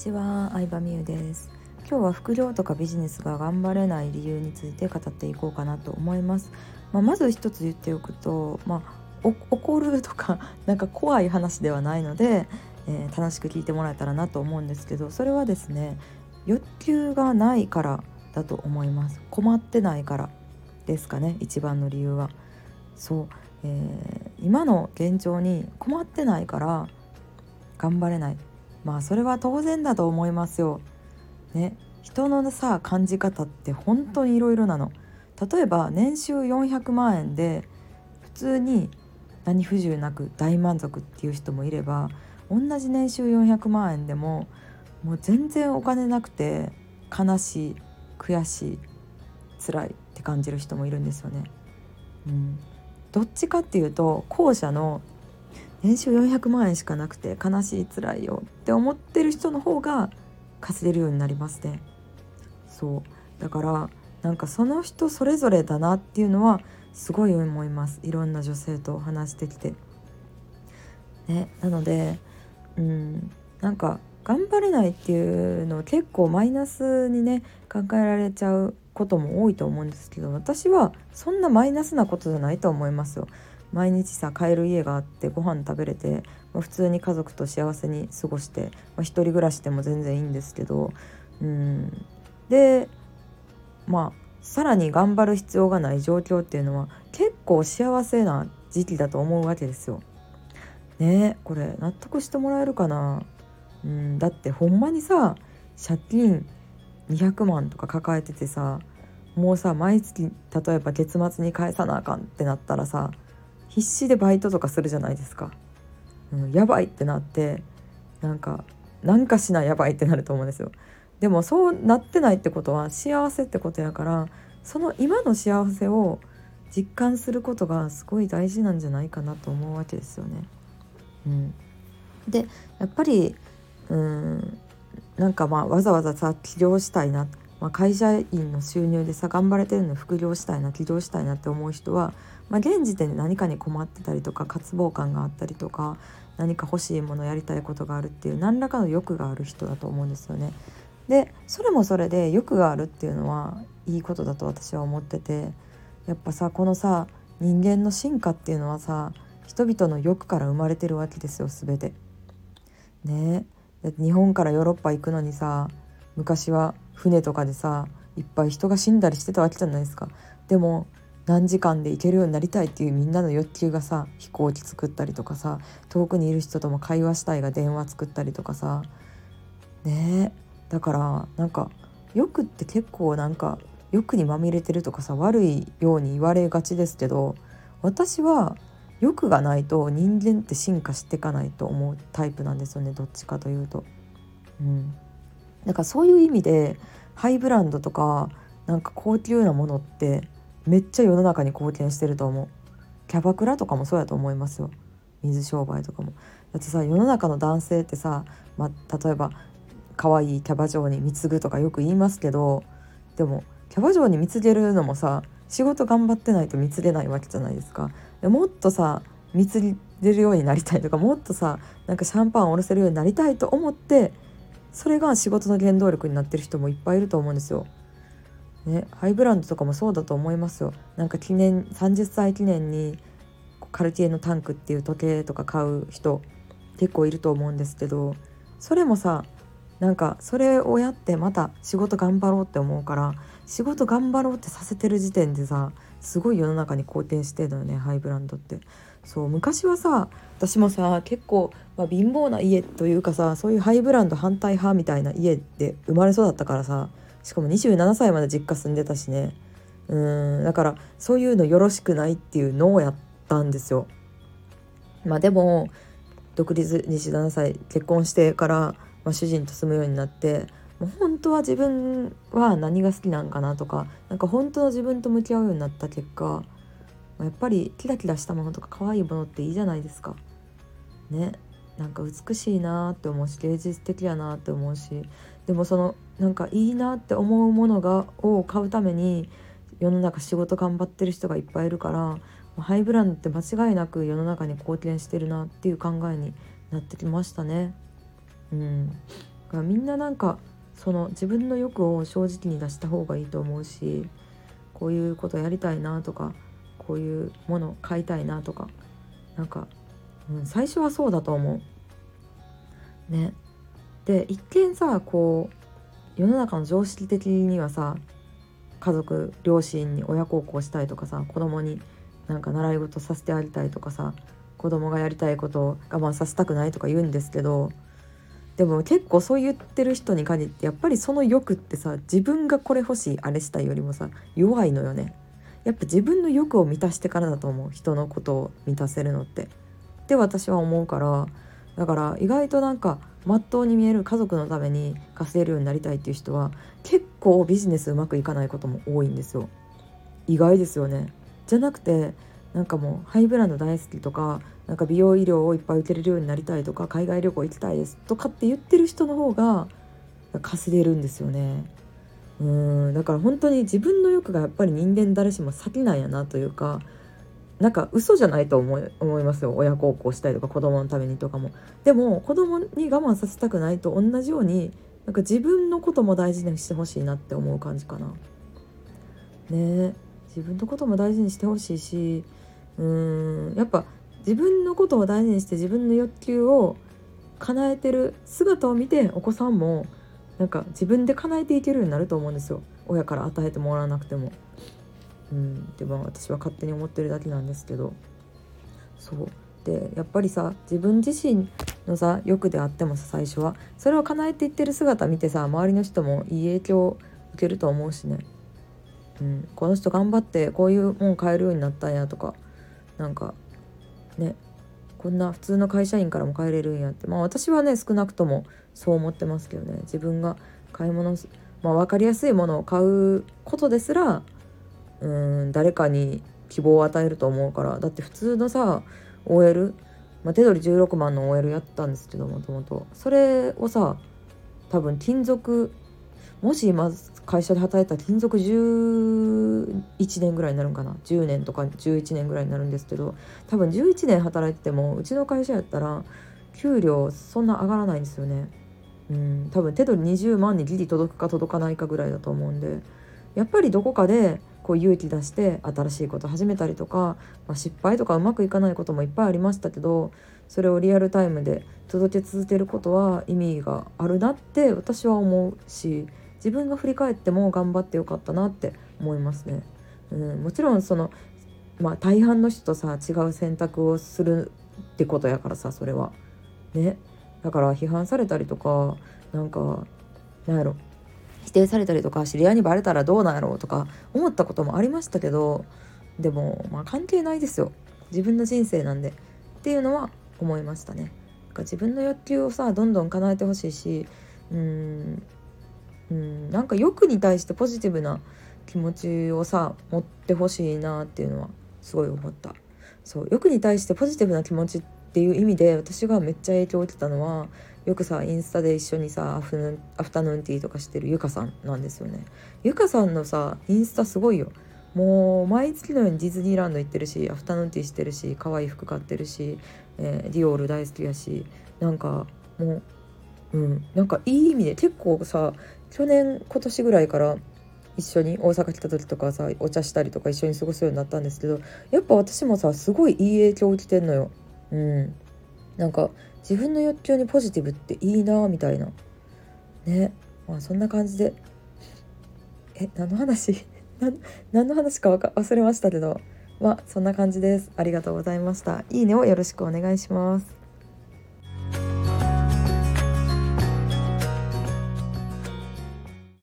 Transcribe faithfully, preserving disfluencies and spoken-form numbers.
ちは、相葉美優です。今日は副業とかビジネスが頑張れない理由について語っていこうかなと思います。まあ、まず一つ言っておくと、まあ、お怒るとかなんか怖い話ではないので、えー楽しく聞いてもらえたらなと思うんですけど、それはですね、欲求がないからだと思います。困ってないからですかね、一番の理由は。そう、えー今の現状に困ってないから頑張れない。まあそれは当然だと思いますよ。ね、人のさ感じ方って本当にいろいろなの。例えば年収よんひゃくまん円で普通に何不自由なく大満足っていう人もいれば、同じ年収よんひゃくまん円でももう全然お金なくて悲しい、悔しい、辛いって感じる人もいるんですよね。うん、どっちかっていうと後者の年収よんひゃくまん円しかなくて悲しい、辛いよって思ってる人の方が稼げるようになりますね。そうだからなんかその人それぞれだなっていうのはすごい思います。いろんな女性と話してきてね。なのでうんなんか頑張れないっていうのは結構マイナスにね考えられちゃうことも多いと思うんですけど、私はそんなマイナスなことじゃないと思いますよ。毎日さ買える家があってご飯食べれて、まあ、普通に家族と幸せに過ごして、まあ、一人暮らしでも全然いいんですけど、うんでまあさらに頑張る必要がない状況っていうのは結構幸せな時期だと思うわけですよ。ねえ、これ納得してもらえるかな。うん、だってほんまにさ借金にひゃくまんとか抱えててさ、もうさ毎月例えば月末に返さなあかんってなったらさ、必死でバイトとかするじゃないですか。うん、やばいってなってなんかなんかしなやばいってなると思うんですよ。でもそうなってないってことは幸せってことやから、その今の幸せを実感することがすごい大事なんじゃないかなと思うわけですよね。うん、でやっぱりうんなんかまあわざわざさ起業したいな、まあ、会社員の収入でさ頑張れてるのに副業したいな、起業したいなって思う人は、まあ、現時点で何かに困ってたりとか渇望感があったりとか、何か欲しいものやりたいことがあるっていう何らかの欲がある人だと思うんですよね。でそれもそれで欲があるっていうのはいいことだと私は思ってて、やっぱさこのさ人間の進化っていうのはさ人々の欲から生まれてるわけですよ、全てね。だって日本からヨーロッパ行くのにさ、昔は船とかでさいっぱい人が死んだりしてたわけじゃないですか。でも何時間で行けるようになりたいっていうみんなの欲求がさ、飛行機作ったりとかさ、遠くにいる人とも会話したいが電話作ったりとかさね。だからなんか欲って結構なんか欲にまみれてるとかさ悪いように言われがちですけど、私は欲がないと人間って進化していかないと思うタイプなんですよね、どっちかというと。うん、だからそういう意味でハイブランドとかなんか高級なものってめっちゃ世の中に貢献してると思う。キャバクラとかもそうやと思いますよ。水商売とかも。だってさ世の中の男性ってさ、まあ、例えば可愛いキャバ嬢に貢ぐとかよく言いますけど、でもキャバ嬢に貢げるのもさ仕事頑張ってないと貢げないわけじゃないですか。でもっとさ貢げるようになりたいとか、もっとさなんかシャンパンおろせるようになりたいと思って、それが仕事の原動力になってる人もいっぱいいると思うんですよ。ね、ハイブランドとかもそうだと思いますよ。なんか記念さんじゅっさい記念にカルティエのタンクっていう時計とか買う人結構いると思うんですけど、それもさなんかそれをやってまた仕事頑張ろうって思うから、仕事頑張ろうってさせてる時点でさすごい世の中に貢献してるのよね、ハイブランドって。そう昔はさ私もさ結構、まあ、貧乏な家というかさ、そういうハイブランド反対派みたいな家で生まれ育ったからさ、しかもにじゅうななさいまで実家住んでたしね。うーんだからそういうのよろしくないっていうのをやったんですよ。まあでも独立にじゅうななさい結婚してから、まあ、主人と住むようになって、もう本当は自分は何が好きなんかなとか、なんか本当の自分と向き合うようになった結果、まあやっぱりキラキラしたものとか可愛いものっていいじゃないですかね。なんか美しいなって思うし芸術的やなって思うし、でもそのなんかいいなって思うものがを買うために世の中仕事頑張ってる人がいっぱいいるから、ハイブランドって間違いなく世の中に貢献してるなっていう考えになってきましたね。うんだからみんななんかその自分の欲を正直に出した方がいいと思うし、こういうことやりたいなとか、こういうもの買いたいなとか、なんか、うん、最初はそうだと思うね。で一見さ、こう世の中の常識的にはさ、家族両親に親孝行したいとかさ、子供になんか習い事させてあげたいとかさ、子供がやりたいことを我慢させたくないとか言うんですけど、でも結構そう言ってる人に限ってやっぱりその欲ってさ、自分がこれ欲しいあれしたいよりもさ弱いのよね。やっぱ自分の欲を満たしてからだと思う、人のことを満たせるのってって私は思うから、だから意外となんか真っ当に見える家族のために稼げるようになりたいっていう人は結構ビジネスうまくいかないことも多いんですよ。意外ですよね。じゃなくて、なんかもうハイブランド大好きとか、なんか美容医療をいっぱい受けれるようになりたいとか、海外旅行行きたいですとかって言ってる人の方が稼げるんですよね。うーんだから本当に自分の欲がやっぱり人間誰しも先なんやなというか、なんか嘘じゃないと思い、思いますよ。親孝行したいとか子供のためにとかも。でも子供に我慢させたくないと同じように、なんか自分のことも大事にしてほしいなって思う感じかな。ね、自分のことも大事にしてほしいし、うーんやっぱ自分のことを大事にして自分の欲求を叶えてる姿を見て、お子さんもなんか自分で叶えていけるようになると思うんですよ。親から与えてもらわなくても。うんでも私は勝手に思ってるだけなんですけど、そうでやっぱりさ、自分自身のさ欲であってもさ、最初はそれを叶えていってる姿見てさ、周りの人もいい影響を受けると思うしね。うん、この人頑張ってこういうもん買えるようになったんやとか、なんかね、こんな普通の会社員からも買えれるんやって、まあ私はね少なくともそう思ってますけどね。自分が買い物す、まあ、分かりやすいものを買うことですら、うーん誰かに希望を与えると思うから。だって普通のさ オーエル、まあ、手取りじゅうろくまんの オーエル やったんですけど、もともとそれをさ、多分勤続、もし今会社で働いたら勤続じゅういちねんぐらいになるんかな、じゅうねんとかじゅういちねんぐらいになるんですけど、多分じゅういちねん働いててもうちの会社やったら給料そんな上がらないんですよね。うん多分手取りにじゅうまんにギリ届くか届かないかぐらいだと思うんで、やっぱりどこかでこう勇気出して新しいこと始めたりとか、まあ、失敗とかうまくいかないこともいっぱいありましたけど、それをリアルタイムで届け続けることは意味があるなって私は思うし、自分が振り返っても頑張ってよかったなって思いますね。うん、もちろんその、まあ、大半の人とさ違う選択をするってことやからさ、それはね。だから批判されたりとか、なんかなんやろ、否定されたりとか、知り合いにバレたらどうなんやろうとか思ったこともありましたけど、でもまあ関係ないですよ、自分の人生なんでっていうのは思いましたね。だから自分の欲求をさどんどん叶えてほしいし、うーんうんなんか欲に対してポジティブな気持ちをさ持ってほしいなっていうのはすごい思った。そう欲に対してポジティブな気持ちっていう意味で私がめっちゃ影響を受けたのは、よくさインスタで一緒にさアフヌアフタヌーンティーとかしてるゆかさんなんですよね。ゆかさんのさインスタすごいよ。もう毎月のようにディズニーランド行ってるし、アフタヌーンティーしてるし、可愛い服買ってるし、えー、ディオール大好きやし、なんかもううんなんかいい意味で結構さ、去年今年ぐらいから一緒に大阪来た時とかさお茶したりとか一緒に過ごすようになったんですけど、やっぱ私もさすごいいい影響を受けてんのよ。うんなんか自分の欲求にポジティブっていいなみたいなね。まあそんな感じで、え何の話な何の話かわか忘れましたけど、まあそんな感じです。ありがとうございました。いいねをよろしくお願いします。